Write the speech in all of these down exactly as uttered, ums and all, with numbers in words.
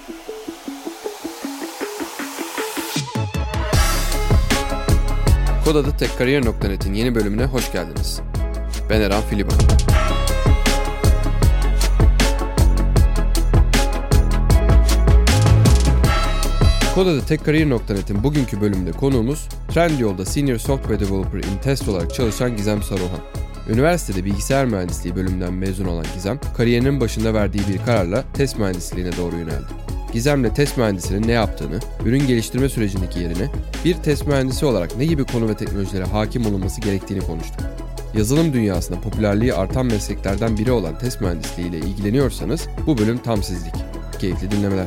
Kodada Tekkariyer nokta net'in yeni bölümüne hoş geldiniz. Ben Eren Filiban. Kodada Tekkariyer nokta net'in bugünkü bölümünde konuğumuz Trendyol'da Senior Software Developer in Test olarak çalışan Gizem Saruhan. Üniversitede bilgisayar mühendisliği bölümünden mezun olan Gizem, kariyerinin başında verdiği bir kararla test mühendisliğine doğru yöneldi. Gizem'le test mühendisinin ne yaptığını, ürün geliştirme sürecindeki yerini, bir test mühendisi olarak ne gibi konu ve teknolojilere hakim olunması gerektiğini konuştuk. Yazılım dünyasında popülerliği artan mesleklerden biri olan test mühendisliği ile ilgileniyorsanız bu bölüm tam sizlik. Keyifli dinlemeler.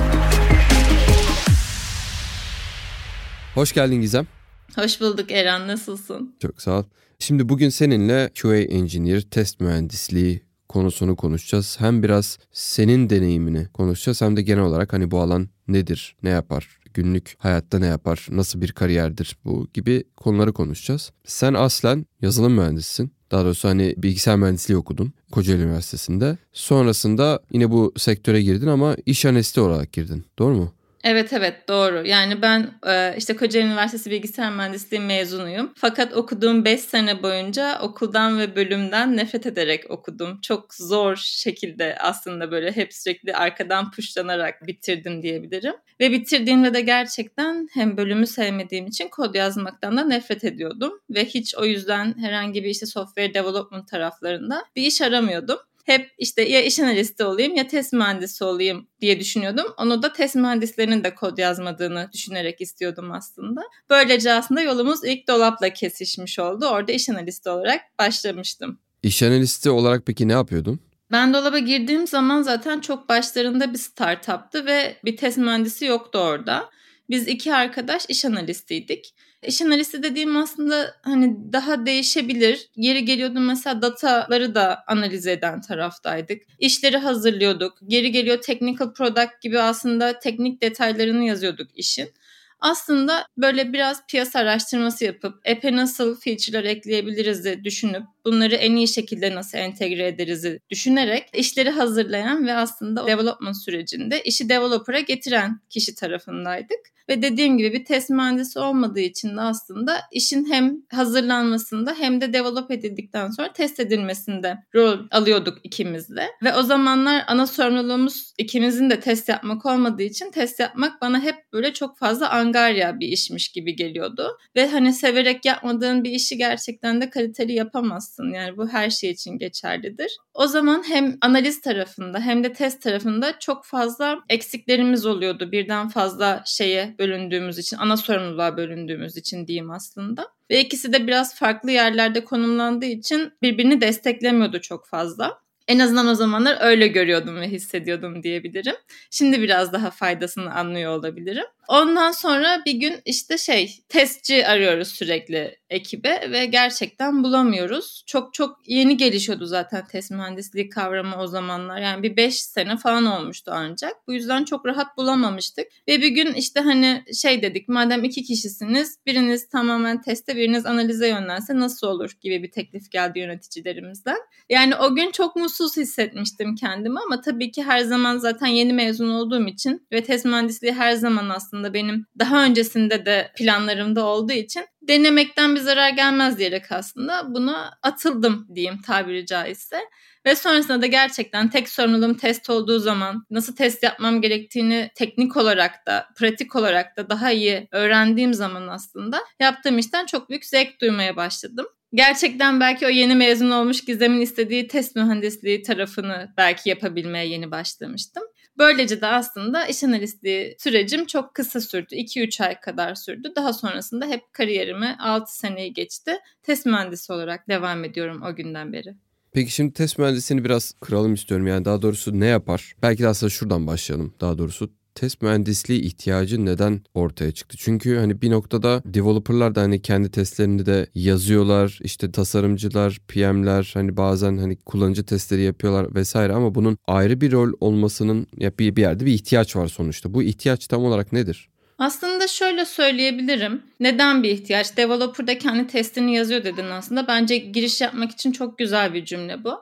Hoş geldin Gizem. Hoş bulduk Eren, nasılsın? Çok sağ ol. Şimdi bugün seninle Q A Engineer, test mühendisliği konusunu konuşacağız. Hem biraz senin deneyimini konuşacağız hem de genel olarak hani bu alan nedir, ne yapar, günlük hayatta ne yapar, nasıl bir kariyerdir bu gibi konuları konuşacağız. Sen aslen yazılım mühendisisin. Daha doğrusu hani bilgisayar mühendisliği okudun Kocaeli Üniversitesi'nde. Sonrasında yine bu sektöre girdin ama iş analisti olarak girdin. Doğru mu? Evet evet doğru. Yani ben işte Kocaeli Üniversitesi Bilgisayar Mühendisliği mezunuyum. Fakat okuduğum beş sene boyunca okuldan ve bölümden nefret ederek okudum. Çok zor şekilde aslında böyle hep sürekli arkadan puşlanarak bitirdim diyebilirim. Ve bitirdiğimde de gerçekten hem bölümü sevmediğim için kod yazmaktan da nefret ediyordum. Ve hiç o yüzden herhangi bir işte software development taraflarında bir iş aramıyordum. Hep işte ya iş analisti olayım ya test mühendisi olayım diye düşünüyordum. Onu da test mühendislerinin de kod yazmadığını düşünerek istiyordum aslında. Böylece aslında yolumuz ilk dolapla kesişmiş oldu. Orada iş analisti olarak başlamıştım. İş analisti olarak peki ne yapıyordun? Ben dolaba girdiğim zaman zaten çok başlarında bir startuptı ve bir test mühendisi yoktu orada. Biz iki arkadaş iş analistiydik. İş analisti dediğim aslında hani daha değişebilir. Yeri geliyordu mesela dataları da analiz eden taraftaydık. İşleri hazırlıyorduk. Geri geliyor technical product gibi aslında teknik detaylarını yazıyorduk işin. Aslında böyle biraz piyasa araştırması yapıp app'e nasıl feature'lar ekleyebiliriz de düşünüp bunları en iyi şekilde nasıl entegre ederiz düşünerek işleri hazırlayan ve aslında development sürecinde işi developer'a getiren kişi tarafındaydık. Ve dediğim gibi bir test mühendisi olmadığı için de aslında işin hem hazırlanmasında hem de develop edildikten sonra test edilmesinde rol alıyorduk ikimiz de. Ve o zamanlar ana sorumluluğumuz ikimizin de test yapmak olmadığı için test yapmak bana hep böyle çok fazla angarya bir işmiş gibi geliyordu. Ve hani severek yapmadığın bir işi gerçekten de kaliteli yapamazsın. Yani bu her şey için geçerlidir. O zaman hem analiz tarafında hem de test tarafında çok fazla eksiklerimiz oluyordu. Birden fazla şeye bölündüğümüz için, ana sorumluluğa bölündüğümüz için diyeyim aslında. Ve ikisi de biraz farklı yerlerde konumlandığı için birbirini desteklemiyordu çok fazla. En azından o zamanlar öyle görüyordum ve hissediyordum diyebilirim. Şimdi biraz daha faydasını anlıyor olabilirim. Ondan sonra bir gün işte şey testçi arıyoruz sürekli ekibe ve gerçekten bulamıyoruz. Çok çok yeni gelişiyordu zaten test mühendisliği kavramı o zamanlar. Yani bir beş sene falan olmuştu ancak. Bu yüzden çok rahat bulamamıştık. Ve bir gün işte hani şey dedik, madem iki kişisiniz biriniz tamamen teste biriniz analize yönlense nasıl olur gibi bir teklif geldi yöneticilerimizden. Yani o gün çok mutsuz hissetmiştim kendimi ama tabii ki her zaman zaten yeni mezun olduğum için ve test mühendisliği her zaman aslında benim daha öncesinde de planlarımda olduğu için denemekten bir zarar gelmez diyerek aslında buna atıldım diyeyim tabiri caizse. Ve sonrasında da gerçekten tek sorumluluğum test olduğu zaman nasıl test yapmam gerektiğini teknik olarak da pratik olarak da daha iyi öğrendiğim zaman aslında yaptığım işten çok büyük zevk duymaya başladım. Gerçekten belki o yeni mezun olmuş Gizem'in istediği test mühendisliği tarafını belki yapabilmeye yeni başlamıştım. Böylece de aslında iş analistliği sürecim çok kısa sürdü. iki üç ay kadar sürdü. Daha sonrasında hep kariyerime altı seneyi geçti. Test mühendisi olarak devam ediyorum o günden beri. Peki şimdi test mühendisliğini biraz kıralım istiyorum. Yani daha doğrusu ne yapar? Belki de aslında şuradan başlayalım daha doğrusu. Test mühendisliği ihtiyacı neden ortaya çıktı? Çünkü hani bir noktada developerlar da hani kendi testlerini de yazıyorlar. İşte tasarımcılar, P M'ler hani bazen hani kullanıcı testleri yapıyorlar vesaire ama bunun ayrı bir rol olmasının ya bir, bir yerde bir ihtiyaç var sonuçta. Bu ihtiyaç tam olarak nedir? Aslında şöyle söyleyebilirim. Neden bir ihtiyaç? Developer da kendi testini yazıyor dedin aslında. Bence giriş yapmak için çok güzel bir cümle bu.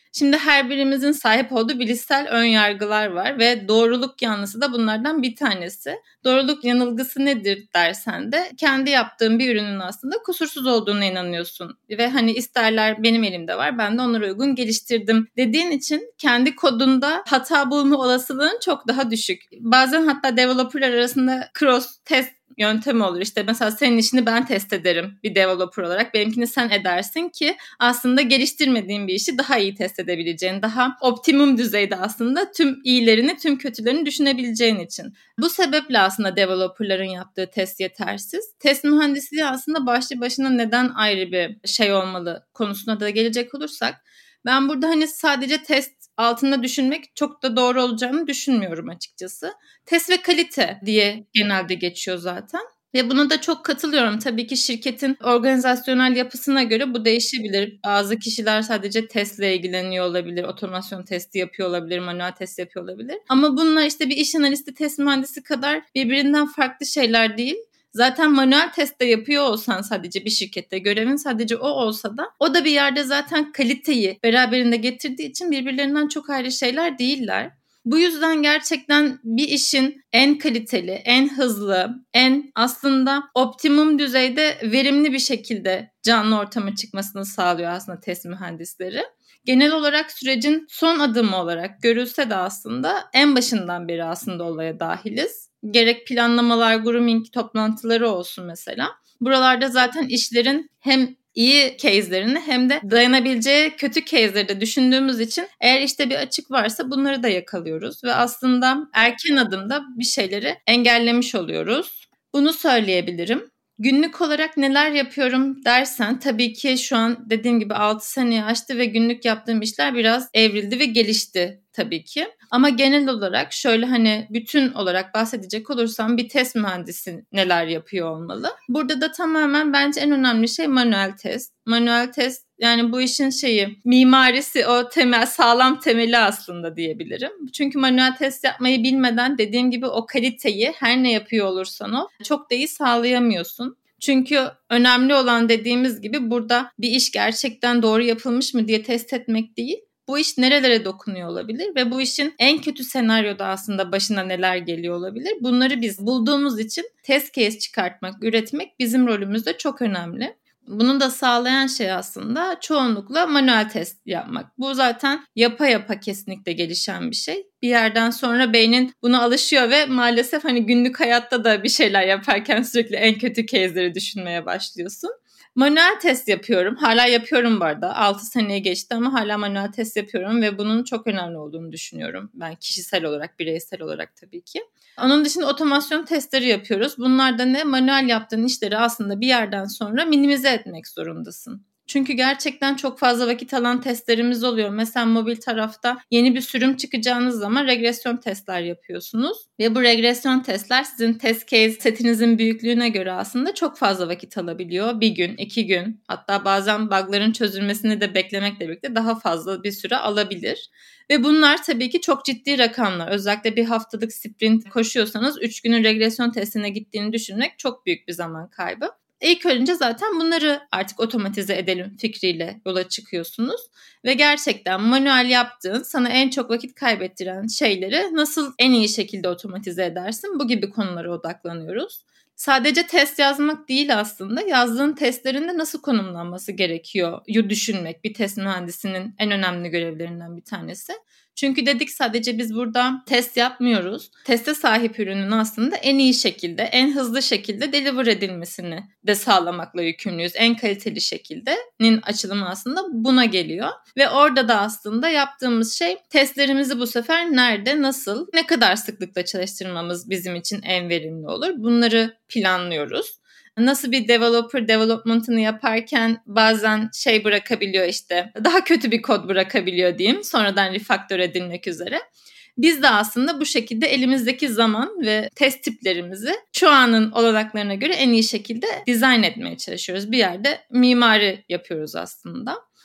Şimdi her birimizin sahip olduğu bilişsel ön yargılar var ve doğruluk yanlısı da bunlardan bir tanesi. Doğruluk yanılgısı nedir dersen de kendi yaptığın bir ürünün aslında kusursuz olduğuna inanıyorsun. Ve hani isterler benim elimde var, ben de onlara uygun geliştirdim dediğin için kendi kodunda hata bulma olasılığın çok daha düşük. Bazen hatta developerlar arasında cross test yöntemi olur. İşte mesela senin işini ben test ederim bir developer olarak. Benimkini sen edersin ki aslında geliştirmediğin bir işi daha iyi test edebileceğin, daha optimum düzeyde aslında tüm iyilerini, tüm kötülerini düşünebileceğin için. Bu sebeple aslında developerların yaptığı test yetersiz. Test mühendisliği aslında başlı başına neden ayrı bir şey olmalı konusuna da gelecek olursak, ben burada hani sadece test altında düşünmek çok da doğru olacağını düşünmüyorum açıkçası. Test ve kalite diye genelde geçiyor zaten. Ve buna da çok katılıyorum. Tabii ki şirketin organizasyonel yapısına göre bu değişebilir. Bazı kişiler sadece testle ilgileniyor olabilir, otomasyon testi yapıyor olabilir, manuel test yapıyor olabilir. Ama bunlar işte bir iş analisti, test mühendisi kadar birbirinden farklı şeyler değil. Zaten manuel test de yapıyor olsan sadece bir şirkette, görevin sadece o olsa da o da bir yerde zaten kaliteyi beraberinde getirdiği için birbirlerinden çok ayrı şeyler değiller. Bu yüzden gerçekten bir işin en kaliteli, en hızlı, en aslında optimum düzeyde verimli bir şekilde canlı ortama çıkmasını sağlıyor aslında test mühendisleri. Genel olarak sürecin son adımı olarak görülse de aslında en başından beri aslında olaya dahiliz. Gerek planlamalar, grooming toplantıları olsun mesela. Buralarda zaten işlerin hem iyi case'lerini hem de dayanabileceği kötü case'leri de düşündüğümüz için eğer işte bir açık varsa bunları da yakalıyoruz. Ve aslında erken adımda bir şeyleri engellemiş oluyoruz. Bunu söyleyebilirim. Günlük olarak neler yapıyorum dersen tabii ki şu an dediğim gibi altı seneyi aştı ve günlük yaptığım işler biraz evrildi ve gelişti tabii ki. Ama genel olarak şöyle hani bütün olarak bahsedecek olursam bir test mühendisi neler yapıyor olmalı? Burada da tamamen bence en önemli şey manuel test. Manuel test yani bu işin şeyi mimarisi o temel sağlam temeli aslında diyebilirim. Çünkü manuel test yapmayı bilmeden dediğim gibi o kaliteyi her ne yapıyor olursan o çok da iyi sağlayamıyorsun. Çünkü önemli olan dediğimiz gibi burada bir iş gerçekten doğru yapılmış mı diye test etmek değil. Bu iş nerelere dokunuyor olabilir ve bu işin en kötü senaryoda aslında başına neler geliyor olabilir? Bunları biz bulduğumuz için test case çıkartmak, üretmek bizim rolümüzde çok önemli. Bunu da sağlayan şey aslında çoğunlukla manuel test yapmak. Bu zaten yapa yapa kesinlikle gelişen bir şey. Bir yerden sonra beynin buna alışıyor ve maalesef hani günlük hayatta da bir şeyler yaparken sürekli en kötü case'leri düşünmeye başlıyorsun. Manuel test yapıyorum. Hala yapıyorum bu arada. altı seneye geçti ama hala manuel test yapıyorum ve bunun çok önemli olduğunu düşünüyorum. Ben kişisel olarak, bireysel olarak tabii ki. Onun dışında otomasyon testleri yapıyoruz. Bunlar da ne? Manuel yaptığın işleri aslında bir yerden sonra minimize etmek zorundasın. Çünkü gerçekten çok fazla vakit alan testlerimiz oluyor. Mesela mobil tarafta yeni bir sürüm çıkacağınız zaman regresyon testler yapıyorsunuz. Ve bu regresyon testler sizin test case setinizin büyüklüğüne göre aslında çok fazla vakit alabiliyor. Bir gün, iki gün, hatta bazen bug'ların çözülmesini de beklemekle birlikte daha fazla bir süre alabilir. Ve bunlar tabii ki çok ciddi rakamlar. Özellikle bir haftalık sprint koşuyorsanız üç günün regresyon testine gittiğini düşünmek çok büyük bir zaman kaybı. İlk önce zaten bunları artık otomatize edelim fikriyle yola çıkıyorsunuz. Ve gerçekten manuel yaptığın, sana en çok vakit kaybettiren şeyleri nasıl en iyi şekilde otomatize edersin? Bu gibi konulara odaklanıyoruz. Sadece test yazmak değil aslında, yazdığın testlerin de nasıl konumlanması gerekiyor yu düşünmek bir test mühendisinin en önemli görevlerinden bir tanesi. Çünkü dedik sadece biz burada test yapmıyoruz. Teste sahip ürünün aslında en iyi şekilde, en hızlı şekilde deliver edilmesini de sağlamakla yükümlüyüz. En kaliteli şekilde'nin açılımı aslında buna geliyor. Ve orada da aslında yaptığımız şey testlerimizi bu sefer nerede, nasıl, ne kadar sıklıkla çalıştırmamız bizim için en verimli olur. Bunları planlıyoruz. Nasıl bir developer development'ını yaparken bazen şey bırakabiliyor işte daha kötü bir kod bırakabiliyor diyeyim sonradan refaktör edilmek üzere. Biz de aslında bu şekilde elimizdeki zaman ve test tiplerimizi şu anın olanaklarına göre en iyi şekilde dizayn etmeye çalışıyoruz. Bir yerde mimari yapıyoruz aslında.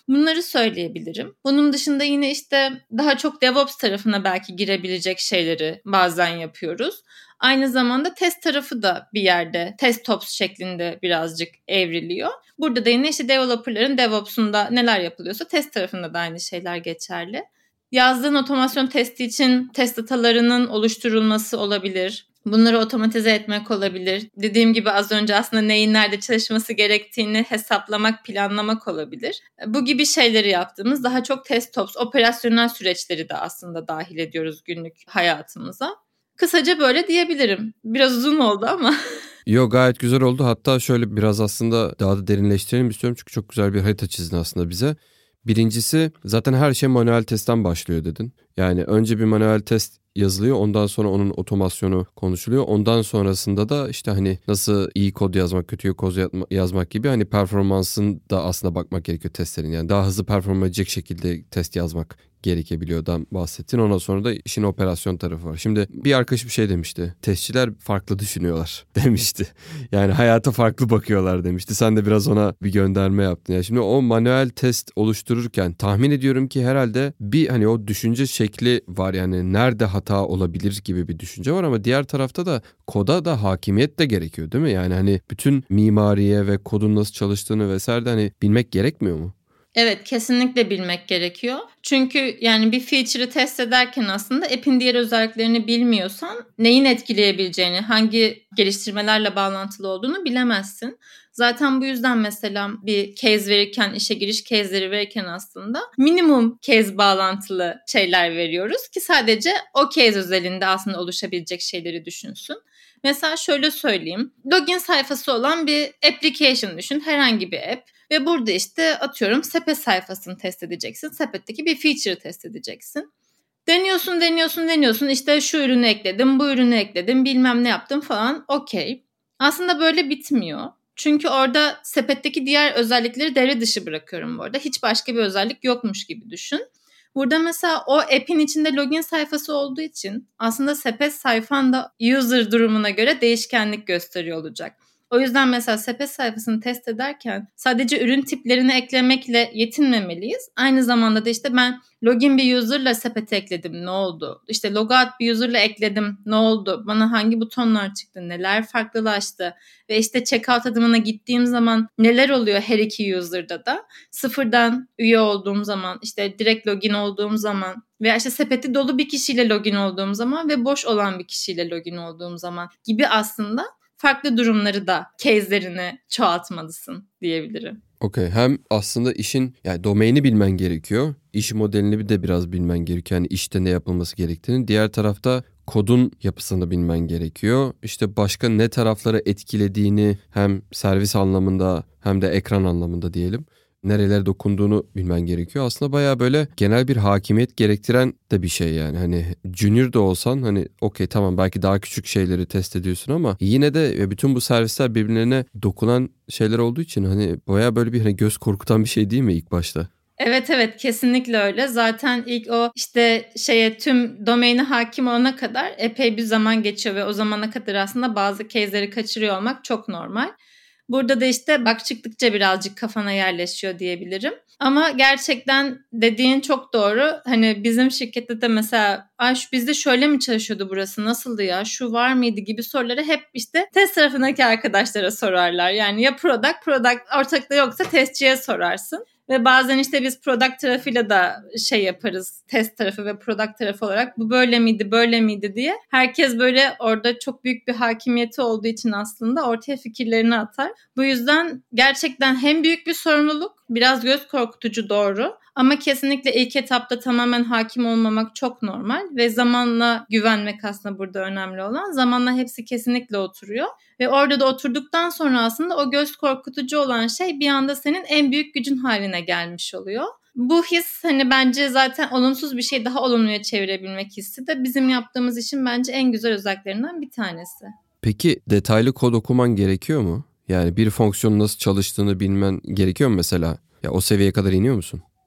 Bunları söyleyebilirim. Bunun dışında yine işte daha çok DevOps tarafına belki girebilecek şeyleri bazen yapıyoruz. Aynı zamanda test tarafı da bir yerde test tops şeklinde birazcık evriliyor. Burada da yine işte developerların DevOps'unda neler yapılıyorsa test tarafında da aynı şeyler geçerli. Yazdığın otomasyon testi için test datalarının oluşturulması olabilir. Bunları otomatize etmek olabilir. Dediğim gibi az önce aslında neyin nerede çalışması gerektiğini hesaplamak, planlamak olabilir. Bu gibi şeyleri yaptığımız daha çok test tops, operasyonel süreçleri de aslında dahil ediyoruz günlük hayatımıza. Kısaca böyle diyebilirim. Biraz uzun oldu ama. Yo, gayet güzel oldu. Hatta şöyle biraz aslında daha da derinleştirelim istiyorum. Çünkü çok güzel bir harita çizdin aslında bize. Birincisi zaten her şey manuel testten başlıyor dedin. Yani önce bir manuel test yazılıyor. Ondan sonra onun otomasyonu konuşuluyor. Ondan sonrasında da işte hani nasıl iyi kod yazmak, kötü kod yazmak gibi hani performansın da aslında bakmak gerekiyor testlerin. Yani daha hızlı perform edecek şekilde test yazmak gerekebiliyordan bahsettin. Ondan sonra da işin operasyon tarafı var. Şimdi bir arkadaş bir şey demişti. Testçiler farklı düşünüyorlar demişti. Yani hayata farklı bakıyorlar demişti. Sen de biraz ona bir gönderme yaptın. Yani şimdi o manuel test oluştururken tahmin ediyorum ki herhalde bir hani o düşünce şekli var. Yani nerede hata olabilir gibi bir düşünce var ama diğer tarafta da koda da hakimiyet de gerekiyor değil mi? Yani hani bütün mimariye ve kodun nasıl çalıştığını vesaire de hani bilmek gerekmiyor mu? Evet, kesinlikle bilmek gerekiyor. Çünkü yani bir feature'ı test ederken aslında app'in diğer özelliklerini bilmiyorsan neyin etkileyebileceğini, hangi geliştirmelerle bağlantılı olduğunu bilemezsin. Zaten bu yüzden mesela bir case verirken, işe giriş case'leri verirken aslında minimum case bağlantılı şeyler veriyoruz ki sadece o case özelinde aslında oluşabilecek şeyleri düşünsün. Mesela şöyle söyleyeyim. Login sayfası olan bir application düşün. Herhangi bir app. Ve burada işte atıyorum sepet sayfasını test edeceksin. Sepetteki bir feature'ı test edeceksin. Deniyorsun, deniyorsun, deniyorsun. İşte şu ürünü ekledim, bu ürünü ekledim, bilmem ne yaptım falan. Okey. Aslında böyle bitmiyor. Çünkü orada sepetteki diğer özellikleri devre dışı bırakıyorum bu arada. Hiç başka bir özellik yokmuş gibi düşün. Burada mesela o app'in içinde login sayfası olduğu için aslında sepet sayfan da user durumuna göre değişkenlik gösteriyor olacak. O yüzden mesela sepet sayfasını test ederken sadece ürün tiplerini eklemekle yetinmemeliyiz. Aynı zamanda da işte ben login bir user'la sepete ekledim, ne oldu? İşte logout bir user'la ekledim, ne oldu? Bana hangi butonlar çıktı, neler farklılaştı? Ve işte checkout adımına gittiğim zaman neler oluyor her iki user'da da? Sıfırdan üye olduğum zaman, işte direkt login olduğum zaman veya işte sepeti dolu bir kişiyle login olduğum zaman ve boş olan bir kişiyle login olduğum zaman gibi aslında farklı durumları da case'lerini çoğaltmalısın diyebilirim. Okey. Hem aslında işin yani domaini bilmen gerekiyor. İş modelini bir de biraz bilmen gerekiyor. Yani işte ne yapılması gerektiğini. Diğer tarafta kodun yapısını bilmen gerekiyor. İşte başka ne tarafları etkilediğini hem servis anlamında hem de ekran anlamında diyelim. Nerelere dokunduğunu bilmen gerekiyor. Aslında bayağı böyle genel bir hakimiyet gerektiren de bir şey yani. Hani junior da olsan hani okey tamam belki daha küçük şeyleri test ediyorsun ama yine de bütün bu servisler birbirlerine dokunan şeyler olduğu için hani bayağı böyle bir hani göz korkutan bir şey değil mi ilk başta? Evet evet kesinlikle öyle. Zaten ilk o işte şeye tüm domaine hakim olana kadar epey bir zaman geçiyor ve o zamana kadar aslında bazı case'leri kaçırıyor olmak çok normal. Burada da işte bak çıktıkça birazcık kafana yerleşiyor diyebilirim. Ama gerçekten dediğin çok doğru. Hani bizim şirkette de mesela ay şu bizde şöyle mi çalışıyordu burası nasıldı ya şu var mıydı gibi soruları hep işte test tarafındaki arkadaşlara sorarlar. Yani ya product product ortakta yoksa testçiye sorarsın. Ve bazen işte biz product tarafıyla da şey yaparız. Test tarafı ve product tarafı olarak bu böyle miydi böyle miydi diye. Herkes böyle orada çok büyük bir hakimiyeti olduğu için aslında ortaya fikirlerini atar. Bu yüzden gerçekten hem büyük bir sorumluluk, biraz göz korkutucu doğru. Ama kesinlikle ilk etapta tamamen hakim olmamak çok normal. Ve zamanla güvenmek aslında burada önemli olan. Zamanla hepsi kesinlikle oturuyor. Ve orada da oturduktan sonra aslında o göz korkutucu olan şey bir anda senin en büyük gücün haline gelmiş oluyor. Bu his hani bence zaten olumsuz bir şey daha olumluya çevirebilmek hissi de bizim yaptığımız işin bence en güzel özelliklerinden bir tanesi. Peki detaylı kod okuman gerekiyor mu? Yani bir fonksiyonun nasıl çalıştığını bilmen gerekiyor mu mesela? Ya o seviyeye kadar iniyor musun?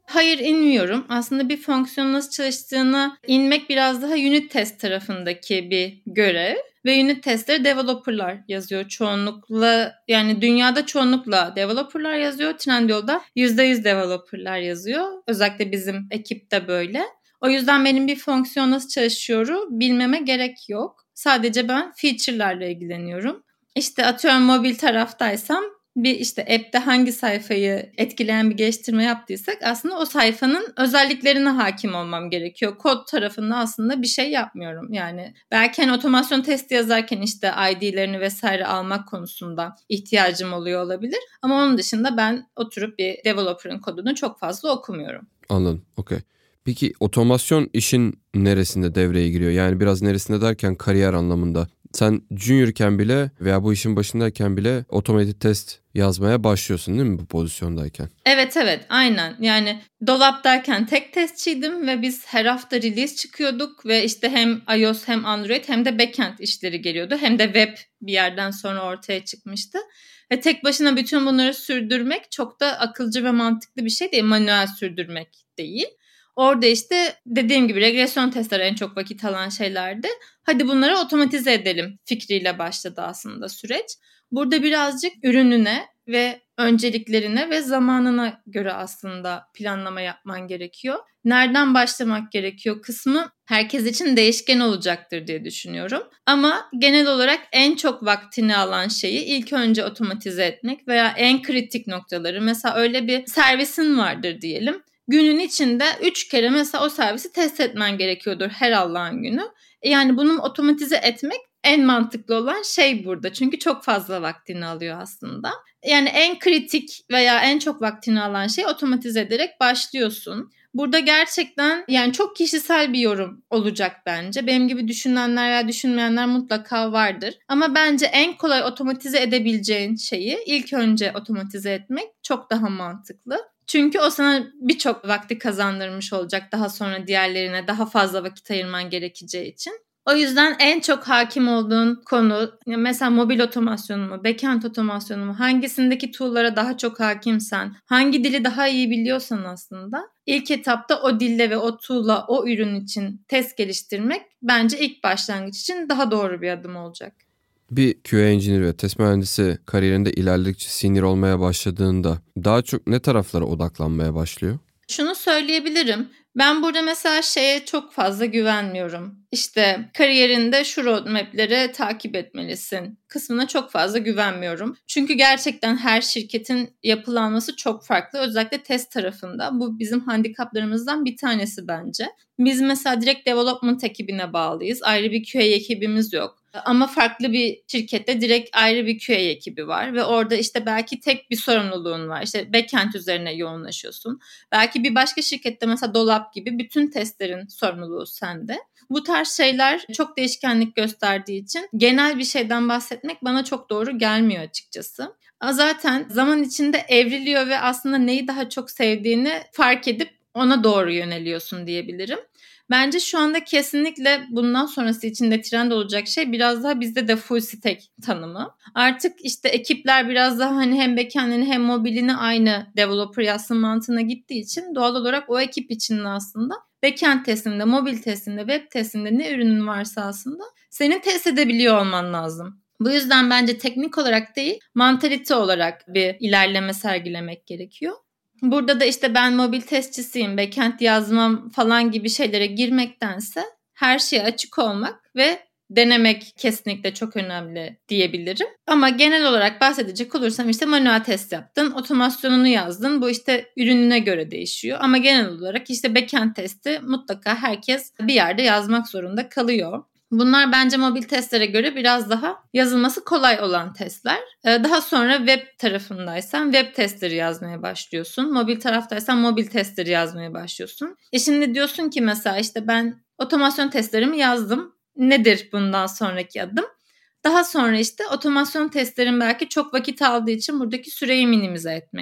Hayır, inmiyorum. Aslında bir fonksiyonun nasıl çalıştığını inmek biraz daha unit test tarafındaki bir görev. Ve unit testleri developerlar yazıyor çoğunlukla. Yani dünyada çoğunlukla developerlar yazıyor. Trendyol'da yüzde yüz developerlar yazıyor. Özellikle bizim ekipte böyle. O yüzden benim bir fonksiyon nasıl çalışıyor bilmeme gerek yok. Sadece ben feature'larla ilgileniyorum. İşte atıyorum mobil taraftaysam bir işte app'te hangi sayfayı etkileyen bir geliştirme yaptıysak aslında o sayfanın özelliklerine hakim olmam gerekiyor. Kod tarafında aslında bir şey yapmıyorum. Yani belki hani otomasyon testi yazarken işte I D'lerini vesaire almak konusunda ihtiyacım oluyor olabilir. Ama onun dışında ben oturup bir developer'ın kodunu çok fazla okumuyorum. Anladım. Okey. Peki otomasyon işin neresinde devreye giriyor? Yani biraz neresinde derken kariyer anlamında. Sen juniorken bile veya bu işin başındayken bile automated test yazmaya başlıyorsun değil mi bu pozisyondayken? Evet evet aynen. Yani dolaptayken tek testçiydim ve biz her hafta release çıkıyorduk ve işte hem iOS hem Android hem de backend işleri geliyordu. Hem de web bir yerden sonra ortaya çıkmıştı. Ve tek başına bütün bunları sürdürmek çok da akılcı ve mantıklı bir şey değil. Manuel sürdürmek değil. Orada işte dediğim gibi regresyon testleri en çok vakit alan şeylerdi. Hadi bunları otomatize edelim fikriyle başladı aslında süreç. Burada birazcık ürününe ve önceliklerine ve zamanına göre aslında planlama yapman gerekiyor. Nereden başlamak gerekiyor kısmı herkes için değişken olacaktır diye düşünüyorum. Ama genel olarak en çok vaktini alan şeyi ilk önce otomatize etmek veya en kritik noktaları. Mesela öyle bir servisin vardır diyelim. Günün içinde üç kere mesela o servisi test etmen gerekiyordur her Allah'ın günü. Yani bunu otomatize etmek en mantıklı olan şey burada. Çünkü çok fazla vaktini alıyor aslında. Yani en kritik veya en çok vaktini alan şey otomatize ederek başlıyorsun. Burada gerçekten yani çok kişisel bir yorum olacak bence. Benim gibi düşünenler veya düşünmeyenler mutlaka vardır. Ama bence en kolay otomatize edebileceğin şeyi ilk önce otomatize etmek çok daha mantıklı. Çünkü o sana birçok vakti kazandırmış olacak daha sonra diğerlerine daha fazla vakit ayırman gerekeceği için. O yüzden en çok hakim olduğun konu mesela mobil otomasyonu mu, backend otomasyonu mu, hangisindeki tool'lara daha çok hakimsen, hangi dili daha iyi biliyorsan aslında ilk etapta o dille ve o tool'la o ürün için test geliştirmek bence ilk başlangıç için daha doğru bir adım olacak. Bir Q A engineer ve test mühendisi kariyerinde ilerledikçe senior olmaya başladığında daha çok ne taraflara odaklanmaya başlıyor? Şunu söyleyebilirim. Ben burada mesela şeye çok fazla güvenmiyorum. İşte kariyerinde şu roadmap'leri takip etmelisin kısmına çok fazla güvenmiyorum. Çünkü gerçekten her şirketin yapılanması çok farklı. Özellikle test tarafında. Bu bizim handikaplarımızdan bir tanesi bence. Biz mesela direkt development ekibine bağlıyız. Ayrı bir Q A ekibimiz yok. Ama farklı bir şirkette direkt ayrı bir Q A ekibi var ve orada işte belki tek bir sorumluluğun var. İşte backend üzerine yoğunlaşıyorsun. Belki bir başka şirkette mesela dolap gibi bütün testlerin sorumluluğu sende. Bu tarz şeyler çok değişkenlik gösterdiği için genel bir şeyden bahsetmek bana çok doğru gelmiyor açıkçası. Zaten zaman içinde evriliyor ve aslında neyi daha çok sevdiğini fark edip ona doğru yöneliyorsun diyebilirim. Bence şu anda kesinlikle bundan sonrası için de trend olacak şey biraz daha bizde de full stack tanımı. Artık işte ekipler biraz daha hani hem backend'ini hem mobilini aynı developer yazsın mantığına gittiği için doğal olarak o ekip için de aslında backend testinde, mobil testinde, web testinde ne ürünün varsa aslında senin test edebiliyor olman lazım. Bu yüzden bence teknik olarak değil, mantalite olarak bir ilerleme sergilemek gerekiyor. Burada da işte ben mobil testçisiyim, backend yazmam falan gibi şeylere girmektense her şeye açık olmak ve denemek kesinlikle çok önemli diyebilirim. Ama genel olarak bahsedecek olursam işte manuel test yaptın, otomasyonunu yazdın. Bu işte ürününe göre değişiyor. Ama genel olarak işte backend testi mutlaka herkes bir yerde yazmak zorunda kalıyor. Bunlar bence mobil testlere göre biraz daha yazılması kolay olan testler. Daha sonra web tarafındaysan web testleri yazmaya başlıyorsun. Mobil taraftaysan mobil testleri yazmaya başlıyorsun. E şimdi diyorsun ki mesela işte ben otomasyon testlerimi yazdım. Nedir bundan sonraki adım? Daha sonra işte otomasyon testlerin belki çok vakit aldığı için buradaki süreyi minimize etmek.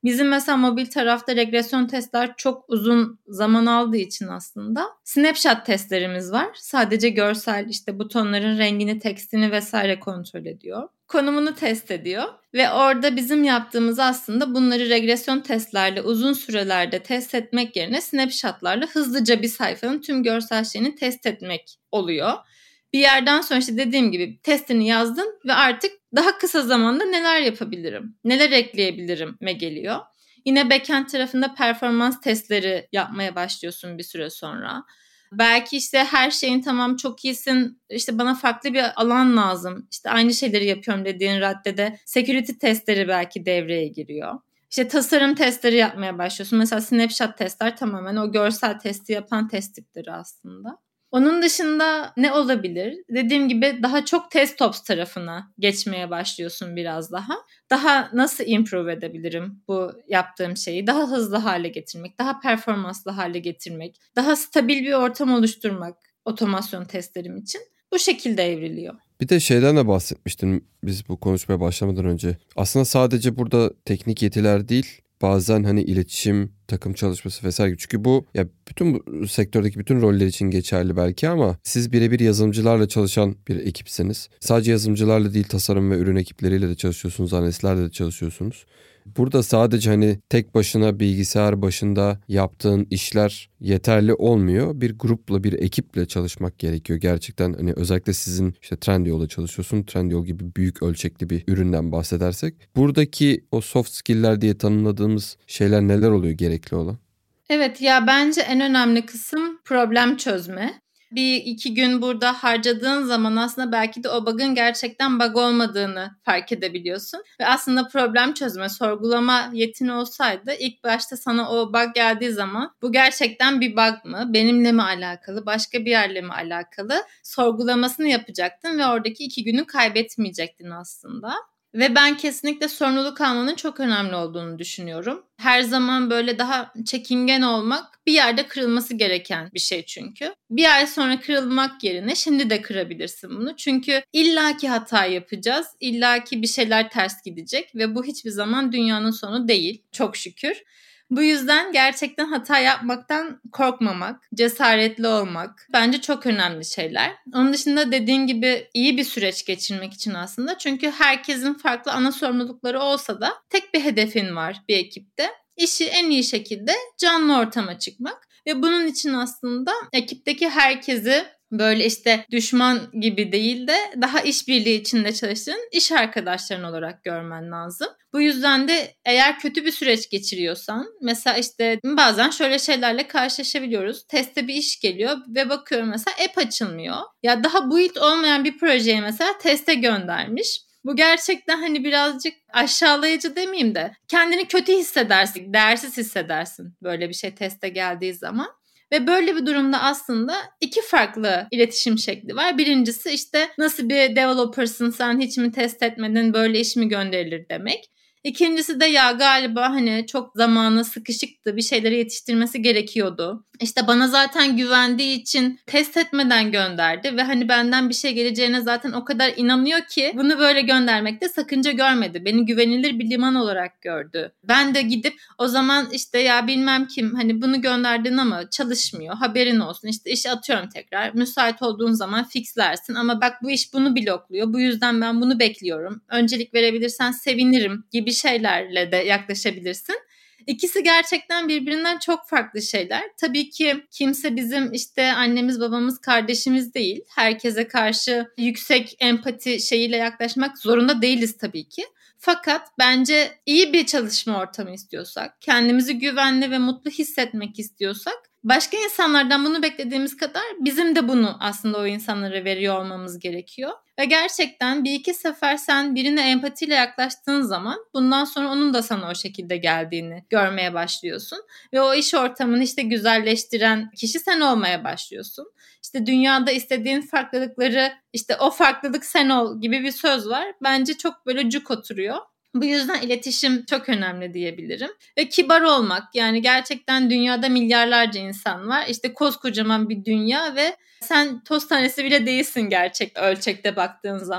Bizim mesela mobil tarafta regresyon testler çok uzun zaman aldığı için aslında snapshot testlerimiz var. Sadece görsel, işte butonların rengini, tekstini vesaire kontrol ediyor. Konumunu test ediyor ve orada bizim yaptığımız aslında bunları regresyon testlerle uzun sürelerde test etmek yerine snapshotlarla hızlıca bir sayfanın tüm görsel şeyini test etmek oluyor. Bir yerden sonra işte dediğim gibi testini yazdın ve artık daha kısa zamanda neler yapabilirim, neler ekleyebilirime geliyor. Yine backend tarafında performans testleri yapmaya başlıyorsun bir süre sonra. Belki işte her şeyin tamam çok iyisin, işte bana farklı bir alan lazım, işte aynı şeyleri yapıyorum dediğin raddede security testleri belki devreye giriyor. İşte tasarım testleri yapmaya başlıyorsun. Mesela snapshot testler tamamen o görsel testi yapan test tipleri aslında. Onun dışında ne olabilir? Dediğim gibi daha çok test ops tarafına geçmeye başlıyorsun biraz daha. Daha nasıl improve edebilirim bu yaptığım şeyi? Daha hızlı hale getirmek, daha performanslı hale getirmek, daha stabil bir ortam oluşturmak otomasyon testlerim için bu şekilde evriliyor. Bir de şeyden de bahsetmiştin biz bu konuşmaya başlamadan önce. Aslında sadece burada teknik yetiler değil, bazen hani iletişim, takım çalışması vesaire. Çünkü bu ya bütün bu sektördeki bütün roller için geçerli belki ama siz birebir yazılımcılarla çalışan bir ekipsiniz. Sadece yazılımcılarla değil, tasarım ve ürün ekipleriyle de çalışıyorsunuz, analistlerle de çalışıyorsunuz. Burada sadece hani tek başına bilgisayar başında yaptığın işler yeterli olmuyor. Bir grupla, bir ekiple çalışmak gerekiyor. Gerçekten hani özellikle sizin işte Trendyol'da çalışıyorsun. Trendyol gibi büyük ölçekli bir üründen bahsedersek. Buradaki o soft skill'ler diye tanımladığımız şeyler neler oluyor gerekli olan? Evet ya bence en önemli kısım problem çözme. Bir iki gün burada harcadığın zaman aslında belki de o bug'ın gerçekten bug olmadığını fark edebiliyorsun. Ve aslında problem çözme, sorgulama yetin olsaydı ilk başta sana o bug geldiği zaman bu gerçekten bir bug mı, benimle mi alakalı, başka bir yerle mi alakalı sorgulamasını yapacaktın ve oradaki iki günü kaybetmeyecektin aslında. Ve ben kesinlikle sorumluluk almanın çok önemli olduğunu düşünüyorum. Her zaman böyle daha çekingen olmak bir yerde kırılması gereken bir şey çünkü. Bir ay sonra kırılmak yerine şimdi de kırabilirsin bunu. Çünkü illaki hata yapacağız, illaki bir şeyler ters gidecek ve bu hiçbir zaman dünyanın sonu değil, çok şükür. Bu yüzden gerçekten hata yapmaktan korkmamak, cesaretli olmak bence çok önemli şeyler. Onun dışında dediğin gibi iyi bir süreç geçirmek için aslında. Çünkü herkesin farklı ana sorumlulukları olsa da tek bir hedefin var bir ekipte. İşi en iyi şekilde canlı ortama çıkmak. Ve bunun için aslında ekipteki herkesi böyle işte düşman gibi değil de daha işbirliği içinde çalıştığın iş arkadaşların olarak görmen lazım. Bu yüzden de eğer kötü bir süreç geçiriyorsan mesela işte bazen şöyle şeylerle karşılaşabiliyoruz. Teste bir iş geliyor ve bakıyorum mesela app açılmıyor. Ya daha build olmayan bir projeyi mesela teste göndermiş. Bu gerçekten hani birazcık aşağılayıcı demeyeyim de kendini kötü hissedersin, değersiz hissedersin böyle bir şey teste geldiği zaman. Ve böyle bir durumda aslında iki farklı iletişim şekli var. Birincisi işte nasıl bir developer'sın sen, hiç mi test etmedin, böyle iş mi gönderilir demek. İkincisi de ya galiba hani çok zamanı sıkışıktı, bir şeyleri yetiştirmesi gerekiyordu. İşte bana zaten güvendiği için test etmeden gönderdi ve hani benden bir şey geleceğine zaten o kadar inanıyor ki bunu böyle göndermekte sakınca görmedi. Beni güvenilir bir liman olarak gördü. Ben de gidip o zaman işte ya bilmem kim hani bunu gönderdin ama çalışmıyor, haberin olsun, işte işi atıyorum tekrar, müsait olduğun zaman fixlersin ama bak bu iş bunu blokluyor, bu yüzden ben bunu bekliyorum, öncelik verebilirsen sevinirim gibi şeylerle de yaklaşabilirsin. İkisi gerçekten birbirinden çok farklı şeyler. Tabii ki kimse bizim işte annemiz, babamız, kardeşimiz değil. Herkese karşı yüksek empati şeyiyle yaklaşmak zorunda değiliz tabii ki. Fakat bence iyi bir çalışma ortamı istiyorsak, kendimizi güvenli ve mutlu hissetmek istiyorsak, başka insanlardan bunu beklediğimiz kadar bizim de bunu aslında o insanlara veriyor olmamız gerekiyor. Ve gerçekten bir iki sefer sen birine empatiyle yaklaştığın zaman bundan sonra onun da sana o şekilde geldiğini görmeye başlıyorsun. Ve o iş ortamını işte güzelleştiren kişi sen olmaya başlıyorsun. İşte dünyada istediğin farklılıkları, işte o farklılık sen ol gibi bir söz var. Bence çok böyle cuk oturuyor. Bu yüzden iletişim çok önemli diyebilirim. Ve kibar olmak, yani gerçekten dünyada milyarlarca insan var. İşte koskocaman bir dünya ve sen toz tanesi bile değilsin gerçek ölçekte baktığın zaman.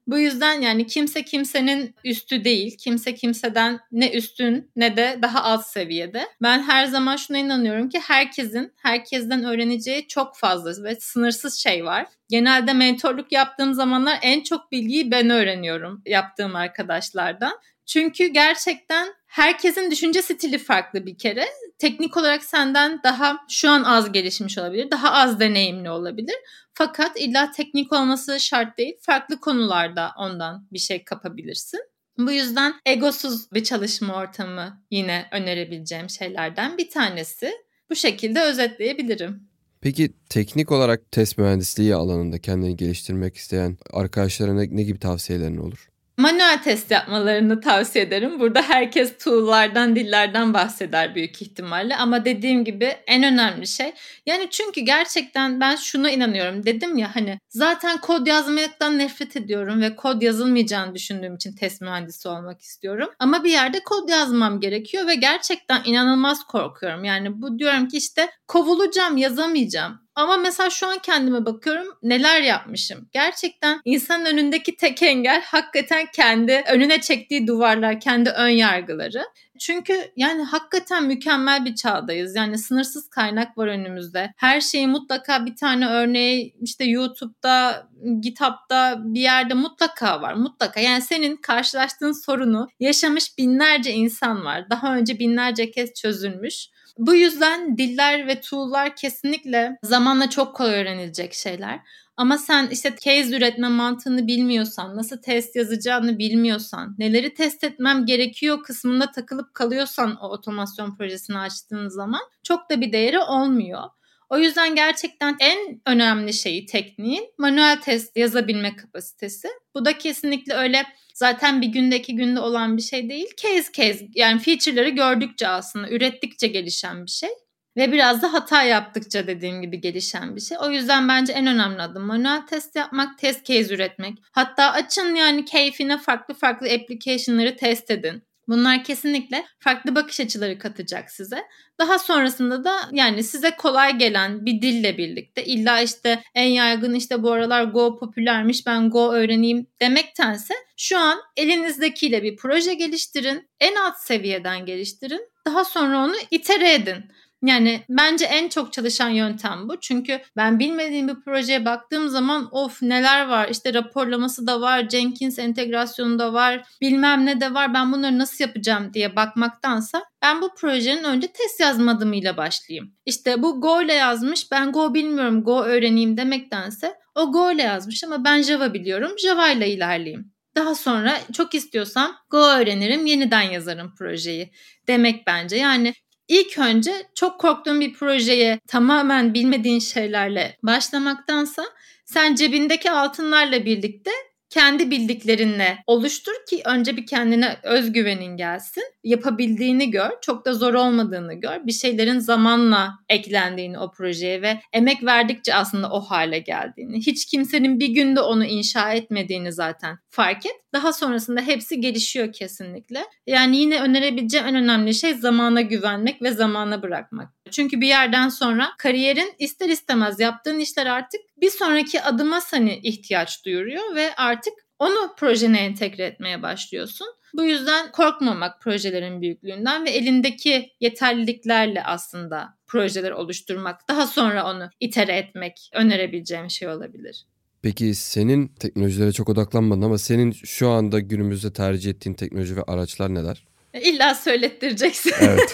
Bu yüzden yani kimse kimsenin üstü değil. Kimse kimseden ne üstün ne de daha alt seviyede. Ben her zaman şuna inanıyorum ki herkesin herkesten öğreneceği çok fazla ve sınırsız şey var. Genelde mentorluk yaptığım zamanlar en çok bilgiyi ben öğreniyorum yaptığım arkadaşlardan. Çünkü gerçekten herkesin düşünce stili farklı bir kere. Teknik olarak senden daha şu an az gelişmiş olabilir, daha az deneyimli olabilir. Fakat illa teknik olması şart değil. Farklı konularda ondan bir şey kapabilirsin. Bu yüzden egosuz bir çalışma ortamı yine önerebileceğim şeylerden bir tanesi. Bu şekilde özetleyebilirim. Peki teknik olarak test mühendisliği alanında kendini geliştirmek isteyen arkadaşlara ne, ne gibi tavsiyelerin olur? Manuel test yapmalarını tavsiye ederim. Burada herkes tool'lardan, dillerden bahseder büyük ihtimalle. Ama dediğim gibi en önemli şey. Yani çünkü gerçekten ben şuna inanıyorum. Dedim ya hani zaten kod yazmaktan nefret ediyorum ve kod yazılmayacağını düşündüğüm için test mühendisi olmak istiyorum. Ama bir yerde kod yazmam gerekiyor ve gerçekten inanılmaz korkuyorum. Yani bu diyorum ki işte kovulacağım, yazamayacağım. Ama mesela şu an kendime bakıyorum neler yapmışım. Gerçekten insanın önündeki tek engel hakikaten kendi önüne çektiği duvarlar, kendi ön yargıları. Çünkü yani hakikaten mükemmel bir çağdayız. Yani sınırsız kaynak var önümüzde. Her şeyi mutlaka bir tane örneği işte YouTube'da, GitHub'da bir yerde mutlaka var. Mutlaka. Yani senin karşılaştığın sorunu yaşamış binlerce insan var. Daha önce binlerce kez çözülmüş. Bu yüzden diller ve tool'lar kesinlikle zamanla çok kolay öğrenilecek şeyler. Ama sen işte case üretme mantığını bilmiyorsan, nasıl test yazacağını bilmiyorsan, neleri test etmem gerekiyor kısmında takılıp kalıyorsan o otomasyon projesini açtığın zaman çok da bir değeri olmuyor. O yüzden gerçekten en önemli şeyi tekniğin manuel test yazabilme kapasitesi. Bu da kesinlikle öyle zaten bir günde iki günde olan bir şey değil. Case case yani feature'ları gördükçe aslında ürettikçe gelişen bir şey. Ve biraz da hata yaptıkça dediğim gibi gelişen bir şey. O yüzden bence en önemli adım manuel test yapmak, test case üretmek. Hatta açın yani keyfine farklı farklı application'ları test edin. Bunlar kesinlikle farklı bakış açıları katacak size. Daha sonrasında da yani size kolay gelen bir dille birlikte illa işte en yaygın işte bu aralar Go popülermiş ben Go öğreneyim demektense şu an elinizdekiyle bir proje geliştirin. En alt seviyeden geliştirin. Daha sonra onu itere edin. Yani bence en çok çalışan yöntem bu. Çünkü ben bilmediğim bir projeye baktığım zaman of neler var işte raporlaması da var, Jenkins entegrasyonu da var, bilmem ne de var ben bunları nasıl yapacağım diye bakmaktansa ben bu projenin önce test yazma adımıyla başlayayım. İşte bu Go ile yazmış ben Go bilmiyorum Go öğreneyim demektense o Go ile yazmış ama ben Java biliyorum Java ile ilerleyeyim. Daha sonra çok istiyorsam Go öğrenirim yeniden yazarım projeyi demek bence yani. İlk önce çok korktuğun bir projeye tamamen bilmediğin şeylerle başlamaktansa sen cebindeki altınlarla birlikte kendi bildiklerinle oluştur ki önce bir kendine özgüvenin gelsin. Yapabildiğini gör, çok da zor olmadığını gör. Bir şeylerin zamanla eklendiğini o projeye ve emek verdikçe aslında o hale geldiğini. Hiç kimsenin bir günde onu inşa etmediğini zaten fark et. Daha sonrasında hepsi gelişiyor kesinlikle. Yani yine önerebileceğim en önemli şey zamana güvenmek ve zamana bırakmak. Çünkü bir yerden sonra kariyerin ister istemez yaptığın işler artık bir sonraki adıma seni ihtiyaç duyuruyor ve artık onu projene entegre etmeye başlıyorsun. Bu yüzden korkmamak projelerin büyüklüğünden ve elindeki yeterliliklerle aslında projeler oluşturmak, daha sonra onu itere etmek önerebileceğim şey olabilir. Peki senin teknolojilere çok odaklanmadın ama senin şu anda günümüzde tercih ettiğin teknoloji ve araçlar neler? İlla söylettireceksin. Evet.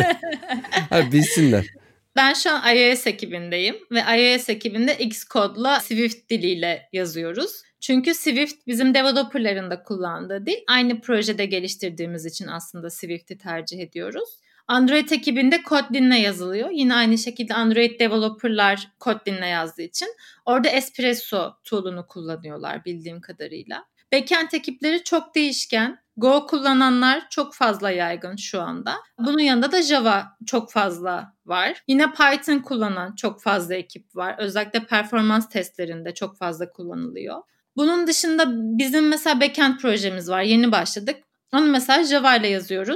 Hadi bilsinler. Ben şu an iOS ekibindeyim ve iOS ekibinde Xcode'la Swift diliyle yazıyoruz. Çünkü Swift bizim developerların da kullandığı dil. Aynı projede geliştirdiğimiz için aslında Swift'i tercih ediyoruz. Android ekibinde Kotlin'le yazılıyor. Yine aynı şekilde Android developerlar Kotlin'le yazdığı için orada Espresso tool'unu kullanıyorlar bildiğim kadarıyla. Backend ekipleri çok değişken. Go kullananlar çok fazla yaygın şu anda. Bunun yanında da Java çok fazla var. Yine Python kullanan çok fazla ekip var. Özellikle performans testlerinde çok fazla kullanılıyor. Bunun dışında bizim mesela backend projemiz var. Yeni başladık. Onu mesela Java ile yazıyoruz.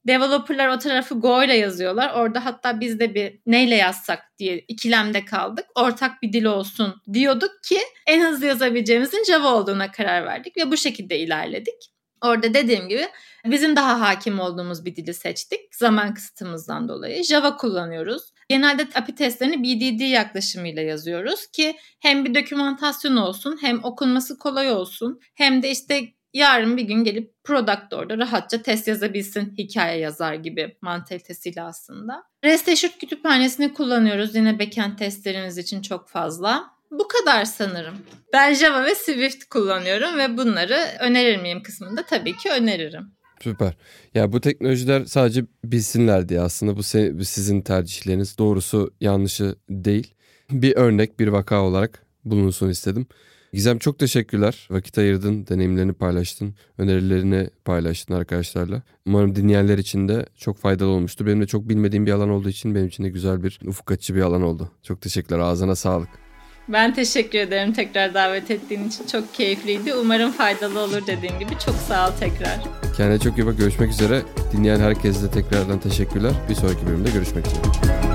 Developerlar o tarafı Go ile yazıyorlar. Orada hatta biz de bir neyle yazsak diye ikilemde kaldık. Ortak bir dil olsun diyorduk ki en hızlı yazabileceğimizin Java olduğuna karar verdik ve bu şekilde ilerledik. Orada dediğim gibi bizim daha hakim olduğumuz bir dili seçtik zaman kısıtımızdan dolayı. Java kullanıyoruz. Genelde A P I testlerini B D D yaklaşımıyla yazıyoruz ki hem bir dokümantasyon olsun, hem okunması kolay olsun, hem de işte yarın bir gün gelip product orada rahatça test yazabilsin hikaye yazar gibi mantalitesiyle aslında. REST Assured kütüphanesini kullanıyoruz yine backend testlerimiz için çok fazla. Bu kadar sanırım. Ben Java ve Swift kullanıyorum ve bunları önerir miyim kısmında tabii ki öneririm. Süper. Ya bu teknolojiler sadece bilsinler diye aslında bu sizin tercihleriniz. Doğrusu yanlışı değil. Bir örnek, bir vaka olarak bulunsun istedim. Gizem çok teşekkürler. Vakit ayırdın, deneyimlerini paylaştın, önerilerini paylaştın arkadaşlarla. Umarım dinleyenler için de çok faydalı olmuştur. Benim de çok bilmediğim bir alan olduğu için benim için de güzel bir ufuk açıcı bir alan oldu. Çok teşekkürler. Ağzına sağlık. Ben teşekkür ederim tekrar davet ettiğin için. Çok keyifliydi. Umarım faydalı olur dediğim gibi. Çok sağ ol tekrar. Kendine çok iyi bak. Görüşmek üzere. Dinleyen herkese de tekrardan teşekkürler. Bir sonraki bölümde görüşmek üzere.